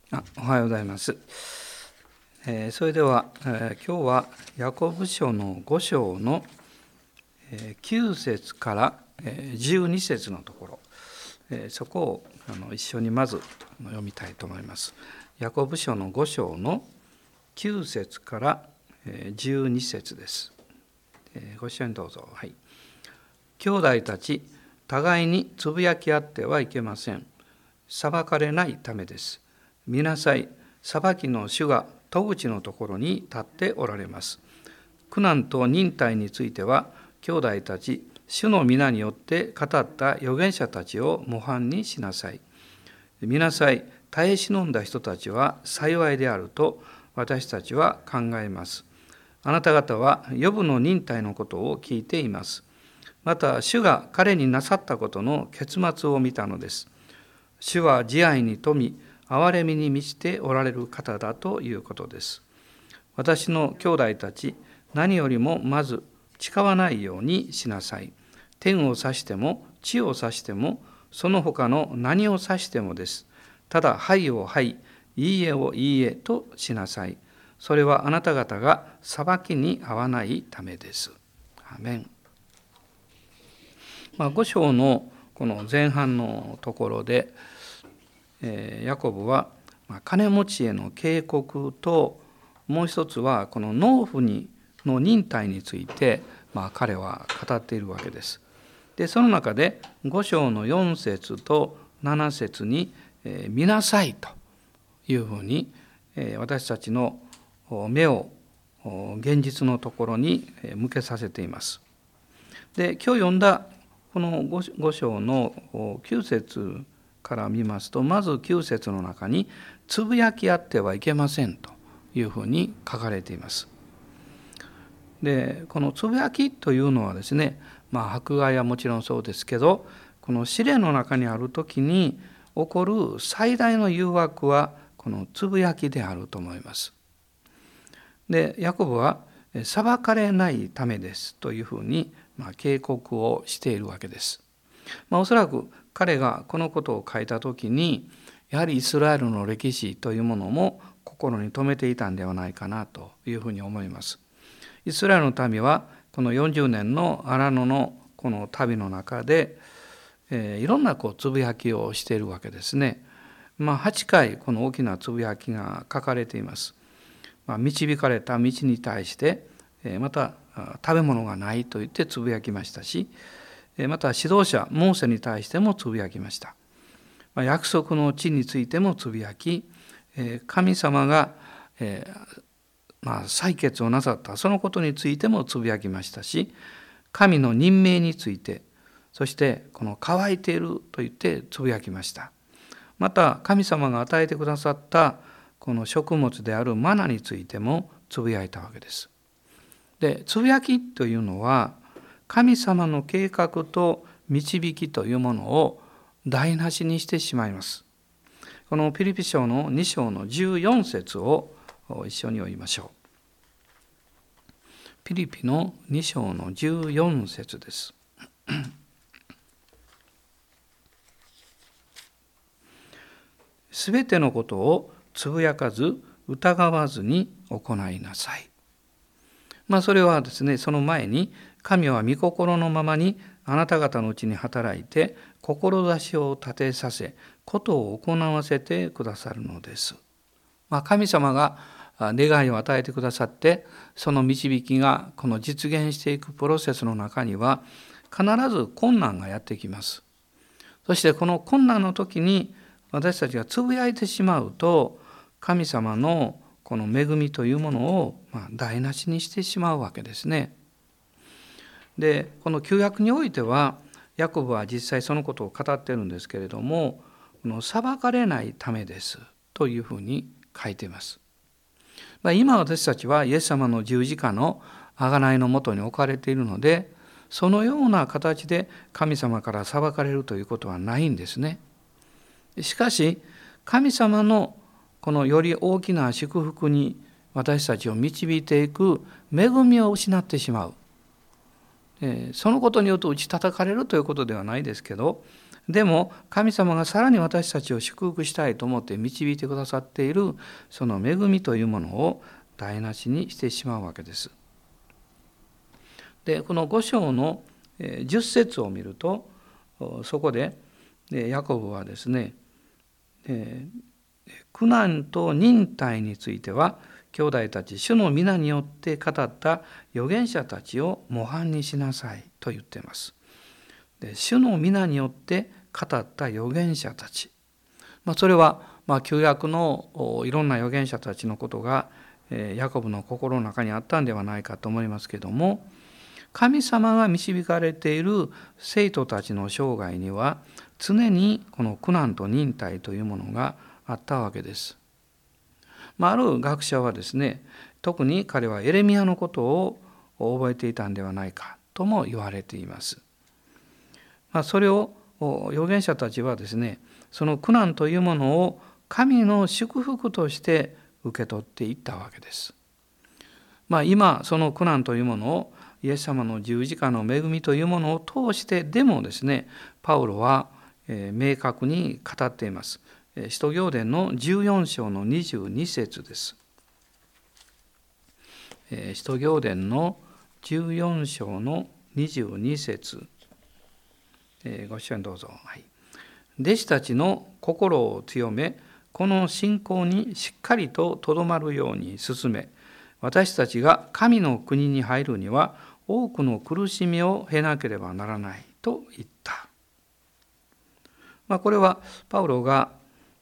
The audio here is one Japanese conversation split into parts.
おはようございます。それでは、今日はヤコブ書の5章の、9節から12節のところ、そこを一緒にまず読みたいと思います。ヤコブ書の5章の9節から12節です。ご一緒にどうぞ。はい。兄弟たち、互いにつぶやき合ってはいけません。裁かれないためです。見なさい、裁きの主が戸口のところに立っておられます。苦難と忍耐については、兄弟たち、主の皆によって語った預言者たちを模範にしなさい。見なさい、耐え忍んだ人たちは幸いであると私たちは考えます。あなた方はヨブの忍耐のことを聞いています。また、主が彼になさったことの結末を見たのです。主は慈愛に富み、憐れみに満ちておられる方だということです。私の兄弟たち、何よりもまず誓わないようにしなさい。天を指しても地を指してもその他の何を指してもです。ただ、はいをはい、いいえをいいえとしなさい。それはあなた方が裁きに合わないためです。アメン。5章のこの前半のところで、ヤコブは金持ちへの警告と、もう一つはこの農夫の忍耐について彼は語っているわけです。で、その中で5章の4節と7節に見なさいというふうに私たちの目を現実のところに向けさせています。で、今日読んだこの5章の9節から見ますと、まず9節の中につぶやき合ってはいけませんというふうに書かれています。で、このつぶやきというのはですね、迫害はもちろんそうですけど、この試練の中にあるときに起こる最大の誘惑はこのつぶやきであると思います。で、ヤコブは裁かれないためですというふうに警告をしているわけです。おそらく彼がこのことを書いたときに、やはりイスラエルの歴史というものも心に留めていたんではないかなというふうに思います。イスラエルの民はこの40年の荒野のこの旅の中で、いろんなつぶやきをしているわけですね。8回この大きなつぶやきが書かれています。導かれた道に対して、また食べ物がないと言ってつぶやきましたし、また指導者モーセに対してもつぶやきました。約束の地についてもつぶやき、神様が採決をなさったそのことについてもつぶやきましたし、神の任命について、そしてこの乾いていると言ってつぶやきました。また神様が与えてくださったこの食物であるマナについてもつぶやいたわけです。で、つぶやきというのは神様の計画と導きというものを台無しにしてしまいます。このピリピ書の2章の14節を一緒に読みましょう。ピリピの2章の14節です。すべてのことをつぶやかず疑わずに行いなさい。それはですね、その前に神は御心のままにあなた方のうちに働いて志を立てさせ、ことを行わせてくださるのです。神様が願いを与えてくださって、その導きがこの実現していくプロセスの中には必ず困難がやってきます。そしてこの困難の時に私たちがつぶやいてしまうと、神様のこの恵みというものを台無しにしてしまうわけですね。で、この旧約においてはヤコブは実際そのことを語っているんですけれども、裁かれないためですというふうに書いています。今私たちはイエス様の十字架の贖いのもとに置かれているので、そのような形で神様から裁かれるということはないんですね。しかし神様のこのより大きな祝福に私たちを導いていく恵みを失ってしまう。そのことによって打ち叩かれるということではないですけど、 でも神様がさらに私たちを祝福したいと思って導いてくださっているその恵みというものを台無しにしてしまうわけです。でこの5章の10節を見ると、そこでヤコブはですね、苦難と忍耐については兄弟たち、主の皆によって語った預言者たちを模範にしなさいと言っています。で主の皆によって語った預言者たち、それは旧約のいろんな預言者たちのことがヤコブの心の中にあったんではないかと思いますけれども、神様が導かれている生徒たちの生涯には常にこの苦難と忍耐というものがあったわけです。ある学者はですね、特に彼はエレミヤのことを覚えていたんではないかとも言われています。それを預言者たちはですね、その苦難というものを神の祝福として受け取っていったわけです。今その苦難というものをイエス様の十字架の恵みというものを通してでもですね、パウロは明確に語っています。使徒行伝の14章の22節です。使徒行伝の14章の22節、ご一緒にどうぞ。弟子たちの心を強め、この信仰にしっかりととどまるように進め、私たちが神の国に入るには多くの苦しみを経なければならないと言った。これはパウロが、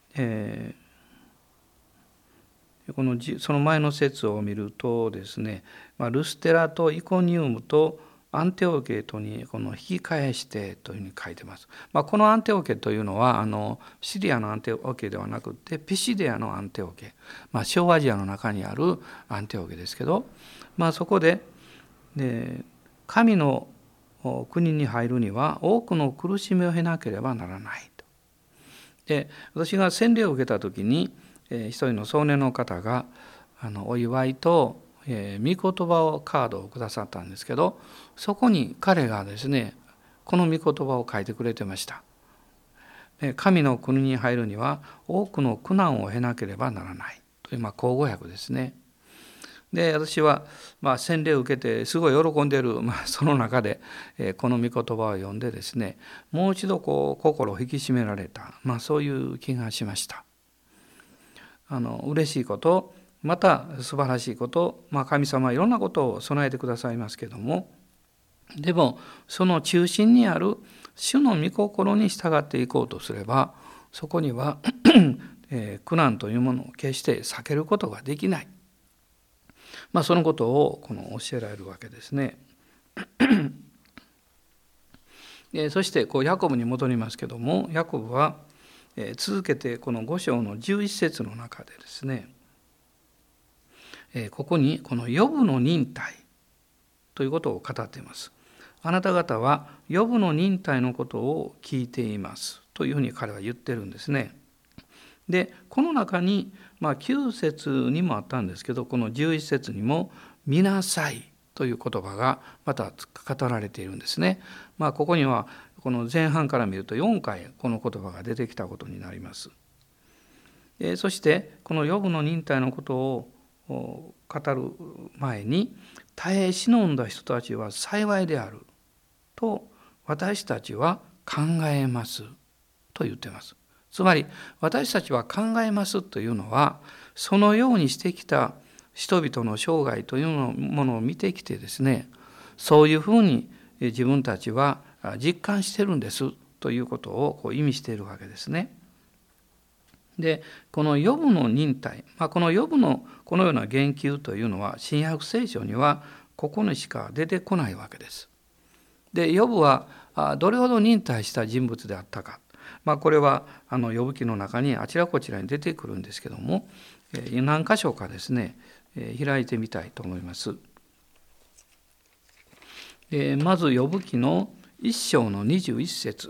その前の説を見るとですね、ルステラとイコニウムとアンテオケとにこの引き返してというふうに書いてます。このアンテオケというのはシリアのアンテオケではなくてピシデアのアンテオケ、小アジアの中にあるアンテオケですけど、そこで神の国に入るには多くの苦しみを経なければならないと。で私が洗礼を受けた時に一人の少年の方がお祝いと御言葉をカードをくださったんですけど、そこに彼がですねこの御言葉を書いてくれてました。神の国に入るには多くの苦難を経なければならないという口語訳ですね。で私は洗礼を受けてすごい喜んでいる、その中でこの御言葉を読んでですね、もう一度心を引き締められた、そういう気がしました。嬉しいこと、また素晴らしいこと、神様はいろんなことを備えてくださいますけども、でもその中心にある主の御心に従っていこうとすれば、そこには苦難というものを決して避けることができない、そのことを教えられるわけですね。そしてヤコブに戻りますけども、ヤコブは続けてこの5章の11節の中でですね、ここにこのヨブの忍耐ということを語っています。あなた方はヨブの忍耐のことを聞いていますというふうに彼は言ってるんですね。でこの中に9節にもあったんですけど、この11節にも見なさいという言葉がまた語られているんですね。ここにはこの前半から見ると4回この言葉が出てきたことになります。そしてこのヨブの忍耐のことを語る前に、耐え忍んだ人たちは幸いであると私たちは考えますと言っています。つまり私たちは考えますというのは、そのようにしてきた人々の生涯というものを見てきてですね、そういうふうに自分たちは実感してるんですということを意味しているわけですね。でこのヨブの忍耐、このヨブのこのような言及というのは新約聖書にはここにしか出てこないわけです。でヨブはどれほど忍耐した人物であったか、これはヨブ記の中にあちらこちらに出てくるんですけども、何箇所かですね開いてみたいと思います。まずヨブ記の1章の21節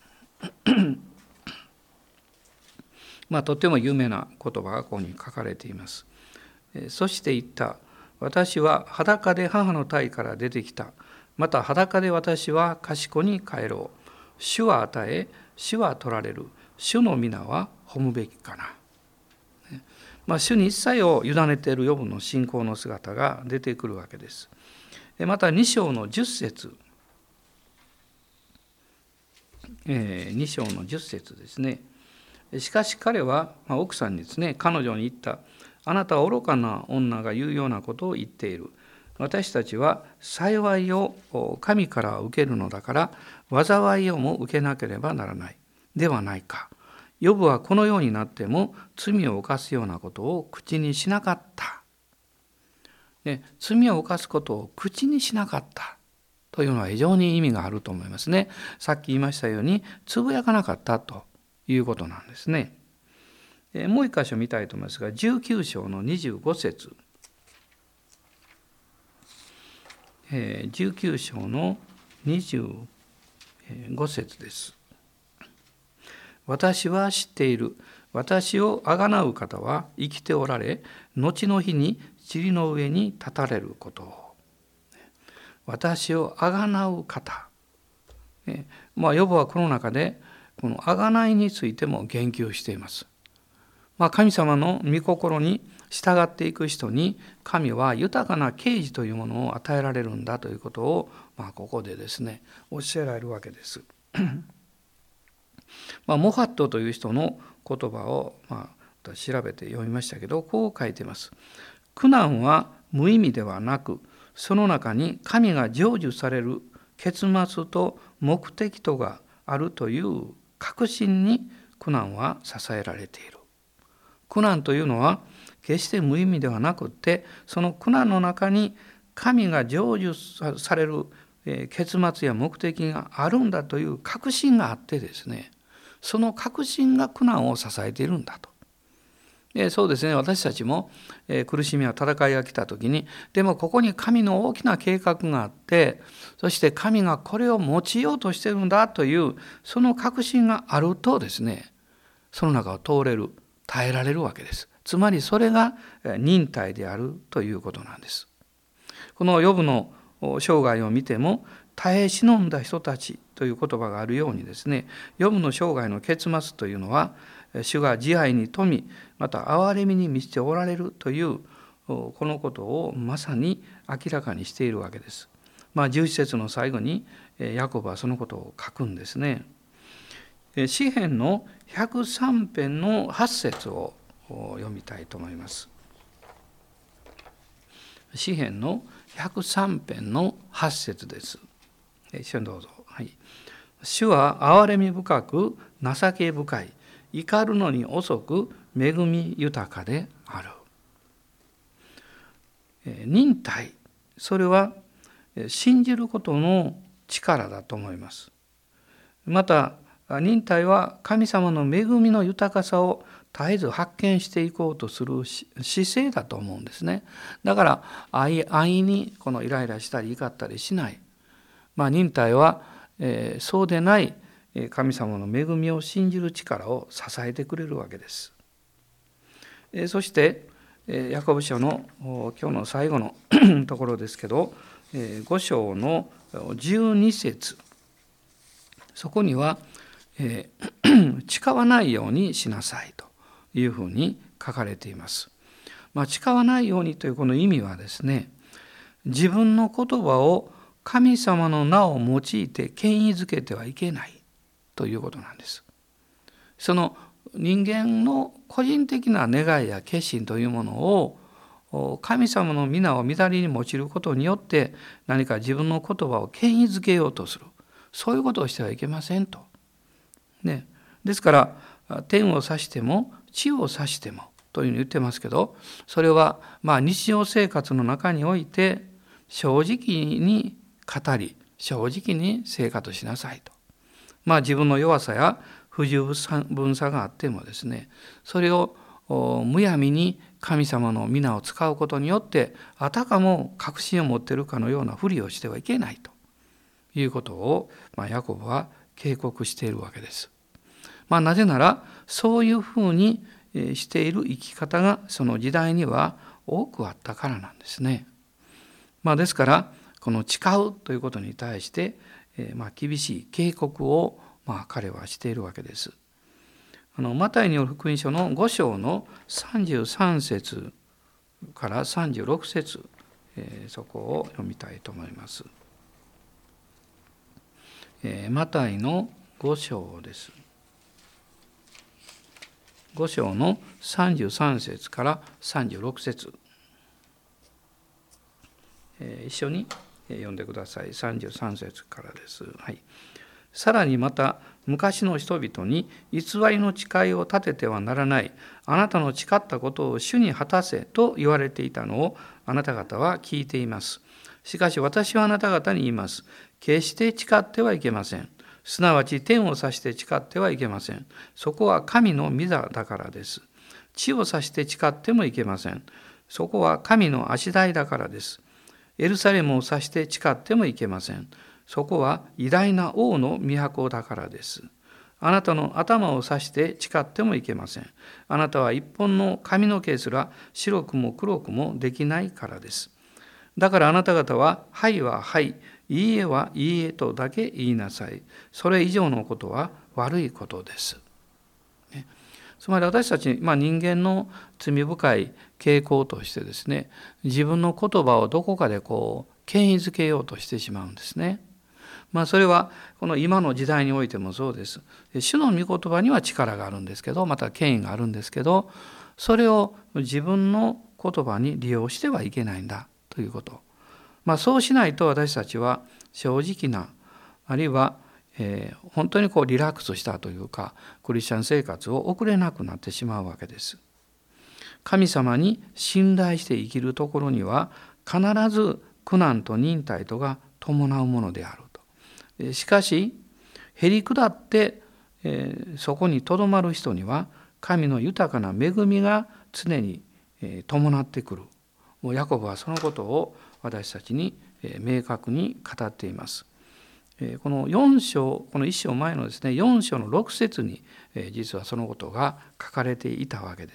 とても有名な言葉がここに書かれています。そして言った。私は裸で母の胎から出てきた。また裸で私は賢に帰ろう。主は与え、 主は取られる、主の皆は褒むべきかな。主に一切を委ねているヨブの信仰の姿が出てくるわけです。また2章の10節、2章の10節ですね。しかし彼は、奥さんにですね、彼女に言った。あなたは愚かな女が言うようなことを言っている。私たちは幸いを神から受けるのだから、災いをも受けなければならない。ではないか。ヨブはこのようになっても罪を犯すようなことを口にしなかった。罪を犯すことを口にしなかったというのは非常に意味があると思いますね。さっき言いましたように、つぶやかなかったということなんですね。もう一箇所見たいと思いますが、19章の25節。19章の25節です。私は知っている。私をあがなう方は生きておられ、後の日に塵の上に立たれることを。私をあがなう方。ヨブはこの中で、このあがないについても言及しています。神様の御心に従っていく人に、神は豊かな啓示というものを与えられるんだということを、ここでですね、教えられるわけです。モファットという人の言葉を、調べて読みましたけど、こう書いています。苦難は無意味ではなく、その中に神が成就される結末と目的とがあるという確信に苦難は支えられている。苦難というのは決して無意味ではなくって、その苦難の中に神が成就される結末や目的があるんだという確信があってですね、その確信が苦難を支えているんだと。そうですね、私たちも苦しみや戦いが来た時に、でもここに神の大きな計画があって、そして神がこれを用いようとしているんだというその確信があるとですね、その中を通れる、耐えられるわけです。つまりそれが忍耐であるということなんです。このヨブの生涯を見ても、耐え忍んだ人たちという言葉があるようにですね、ヨブの生涯の結末というのは、主が慈愛に富み、また憐れみに満ちておられるというこのことをまさに明らかにしているわけです。11節の最後にヤコブはそのことを書くんですね。詩編の103編の8節を読みたいと思います。詩編の103編の8節です。一緒にどうぞ。はい。主は憐れみ深く情け深い、怒るのに遅く恵み豊かである。忍耐、それは信じることの力だと思います。また忍耐は神様の恵みの豊かさを絶えず発見していこうとする姿勢だと思うんですね。だから安易にこのイライラしたり怒ったりしない。忍耐は、そうでない神様の恵みを信じる力を支えてくれるわけです。そしてヤコブ書の今日の最後のところですけど、5章の12節、そこには誓わないようにしなさいというふうに書かれています。誓わないようにというこの意味はですね、自分の言葉を神様の名を用いて権威づけてはいけないということなんです。その人間の個人的な願いや決心というものを神様の皆を乱りに用いることによって何か自分の言葉を権威づけようとする、そういうことをしてはいけませんと。ですから天を指しても地を指してもというふうに言ってますけど、それは日常生活の中において正直に語り正直に生活しなさいと。自分の弱さや不十分さがあってもですね、それをむやみに神様の皆を使うことによってあたかも確信を持っているかのようなふりをしてはいけないということをヤコブは警告しているわけです。なぜならそういうふうにしている生き方がその時代には多くあったからなんですね。ですからこの誓うということに対して厳しい警告を彼はしているわけです。マタイによる福音書の5章の33節から36節、そこを読みたいと思います。マタイの5章です。5章の33節から36節、一緒に読んでください。33節からです。はい。さらにまた昔の人々に偽りの誓いを立ててはならない、あなたの誓ったことを主に果たせと言われていたのをあなた方は聞いています。しかし私はあなた方に言います。決して誓ってはいけません。すなわち天を指して誓ってはいけません。そこは神の御座だからです。地を指して誓ってもいけません。そこは神の足台だからです。エルサレムを指して誓ってもいけません。そこは偉大な王の都だからです。あなたの頭を指して誓ってもいけません。あなたは一本の髪の毛すら白くも黒くもできないからです。だからあなた方は、はいははい、いいえはいいえとだけ言いなさい。それ以上のことは悪いことです。つまり私たち、人間の罪深い傾向としてですね、自分の言葉をどこかで権威づけようとしてしまうんですね。それはこの今の時代においてもそうです。主の御言葉には力があるんですけど、また権威があるんですけど、それを自分の言葉に利用してはいけないんだということ。そうしないと私たちは正直な、あるいは本当にリラックスしたというか、クリスチャン生活を送れなくなってしまうわけです。神様に信頼して生きるところには必ず苦難と忍耐とが伴うものであると。しかしへり下って、そこにとどまる人には神の豊かな恵みが常に、伴ってくる。もうヤコブはそのことを私たちに、明確に語っています。この4章、この1章前のですね、4章の6節に、実はそのことが書かれていたわけです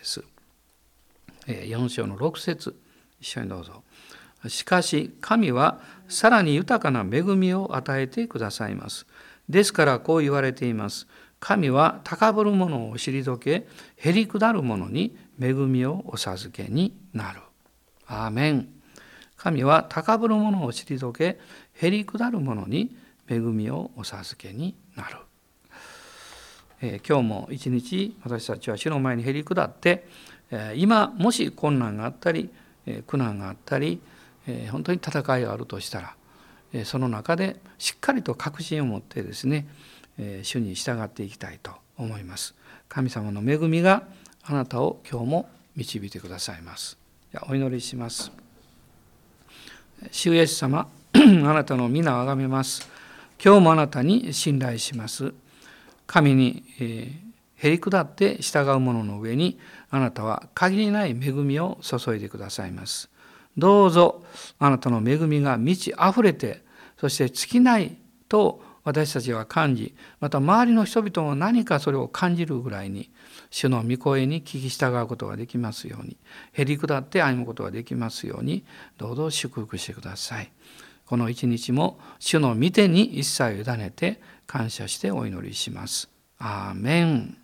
。4章の6節、一緒にどうぞ。しかし神はさらに豊かな恵みを与えてくださいます。ですからこう言われています。神は高ぶる者を退け、へり下る者に恵みをお授けになる。アーメン。神は高ぶる者を退け、へり下る者に恵みをお授けになる。今日も一日私たちは主の前にへり下って、今もし困難があったり苦難があったり本当に戦いがあるとしたら、その中でしっかりと確信を持ってですね、主に従っていきたいと思います。神様の恵みがあなたを今日も導いてくださいます。お祈りします。主イエス様、あなたの皆をあがめます。今日もあなたに信頼します。神にへり下って従う者の上にあなたは限りない恵みを注いでくださいます。どうぞあなたの恵みが満ち溢れて、そして尽きないと私たちは感じ、また周りの人々も何かそれを感じるぐらいに主の御声に聞き従うことができますように、へり下って歩むことができますように、どうぞ祝福してください。この一日も主の御手に一切委ねて感謝してお祈りします。アーメン。